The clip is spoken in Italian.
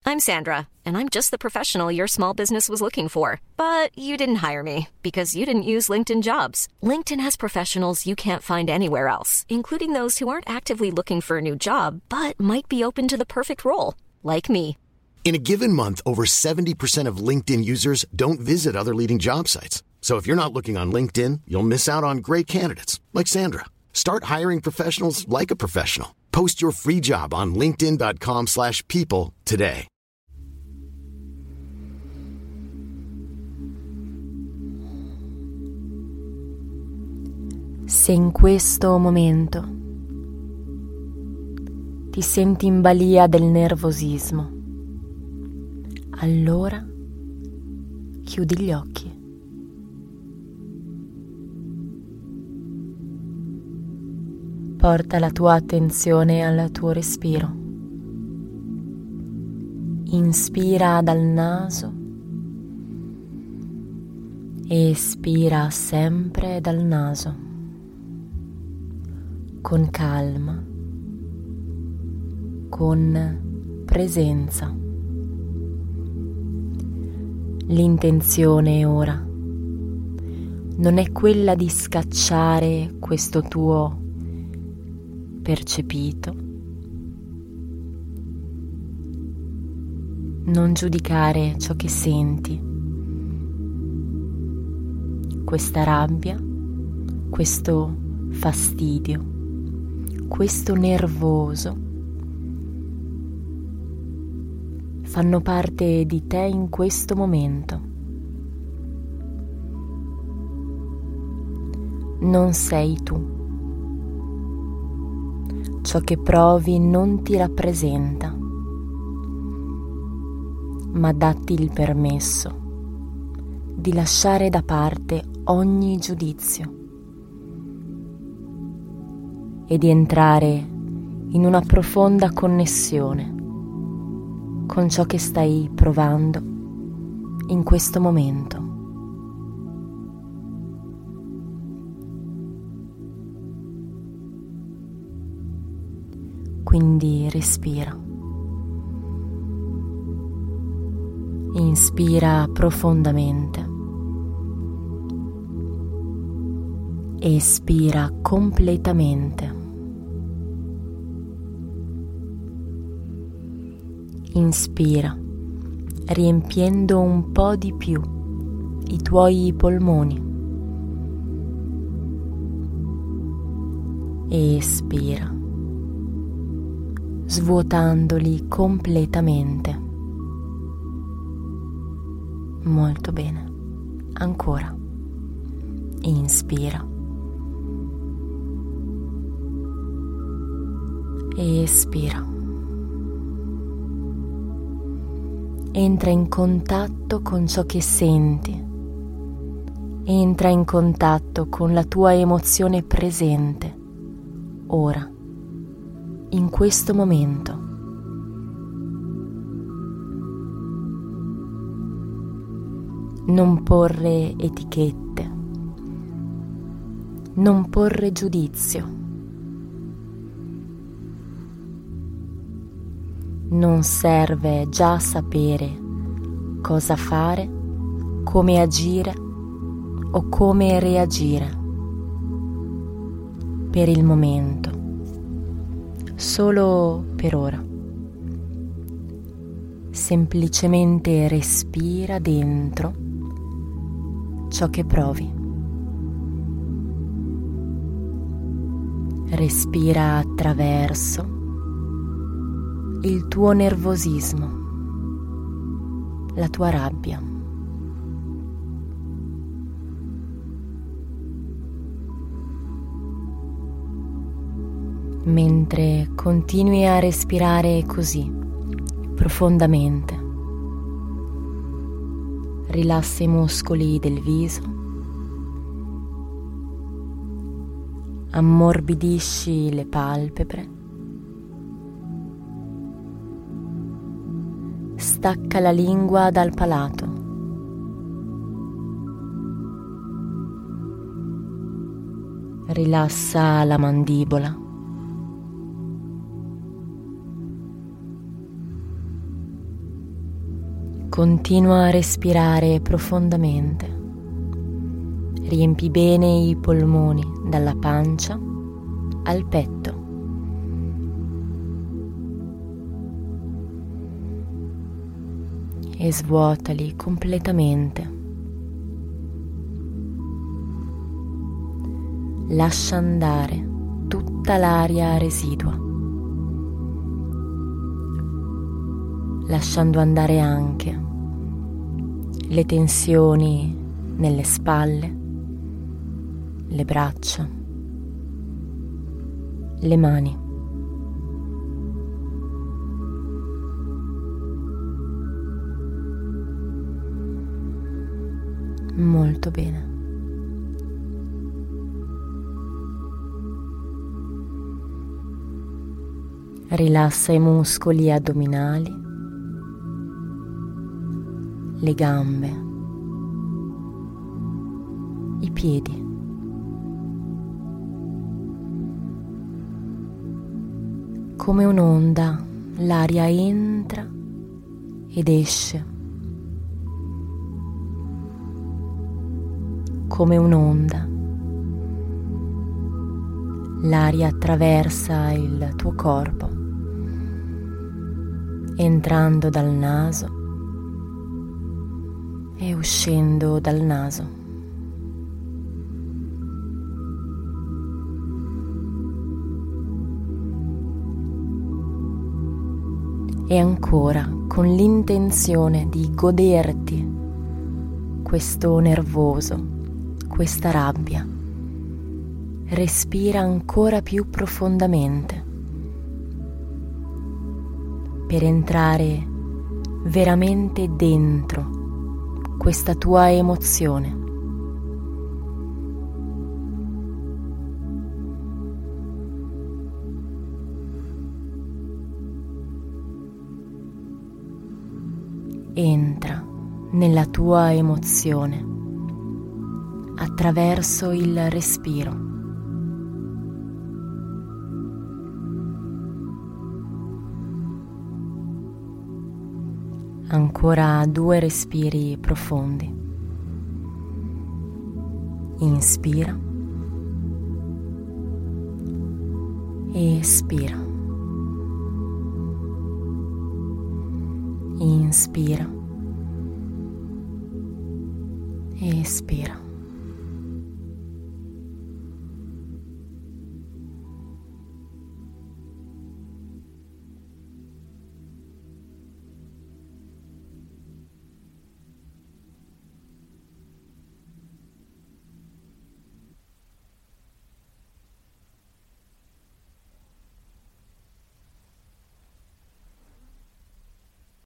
I'm Sandra, and I'm just the professional your small business was looking for. But you didn't hire me because you didn't use LinkedIn Jobs. LinkedIn has professionals you can't find anywhere else, including those who aren't actively looking for a new job, but might be open to the perfect role, like me. In a given month, over 70% of LinkedIn users don't visit other leading job sites. So if you're not looking on LinkedIn, you'll miss out on great candidates like Sandra. Start hiring professionals like a professional. Post your free job on linkedin.com/people today. Se in questo momento ti senti in balia del nervosismo, allora chiudi gli occhi. Porta la tua attenzione al tuo respiro. Inspira dal naso e espira sempre dal naso. Con calma, con presenza. L'intenzione ora non è quella di scacciare questo tuo percepito, non giudicare ciò che senti, questa rabbia, questo fastidio, questo nervoso fanno parte di te in questo momento. Non sei tu. Ciò che provi non ti rappresenta, ma datti il permesso di lasciare da parte ogni giudizio e di entrare in una profonda connessione con ciò che stai provando in questo momento. Quindi respira. Inspira profondamente. Espira completamente. Inspira, riempiendo un po' di più i tuoi polmoni. Espira, svuotandoli completamente. Molto bene. Ancora. Inspira. Espira. Entra in contatto con ciò che senti. Entra in contatto con la tua emozione presente, ora, in questo momento. Non porre etichette, non porre giudizio. Non serve già sapere cosa fare, come agire o come reagire. Per il momento, solo per ora. Semplicemente respira dentro ciò che provi. Respira attraverso il tuo nervosismo, la tua rabbia. Mentre continui a respirare così, profondamente, rilassa i muscoli del viso, ammorbidisci le palpebre, stacca la lingua dal palato. Rilassa la mandibola. Continua a respirare profondamente. Riempi bene i polmoni dalla pancia al petto. E svuotali completamente. Lascia andare tutta l'aria residua, lasciando andare anche le tensioni nelle spalle, le braccia, le mani. Molto bene. Rilassa i muscoli addominali, le gambe, i piedi. Come un'onda, l'aria entra ed esce. Come un'onda, l'aria attraversa il tuo corpo, entrando dal naso e uscendo dal naso. E ancora, con l'intenzione di goderti questo nervoso, questa rabbia, respira ancora più profondamente per entrare veramente dentro questa tua emozione. Entra nella tua emozione attraverso il respiro. Ancora 2 respiri profondi. Inspira e espira. Inspira e espira.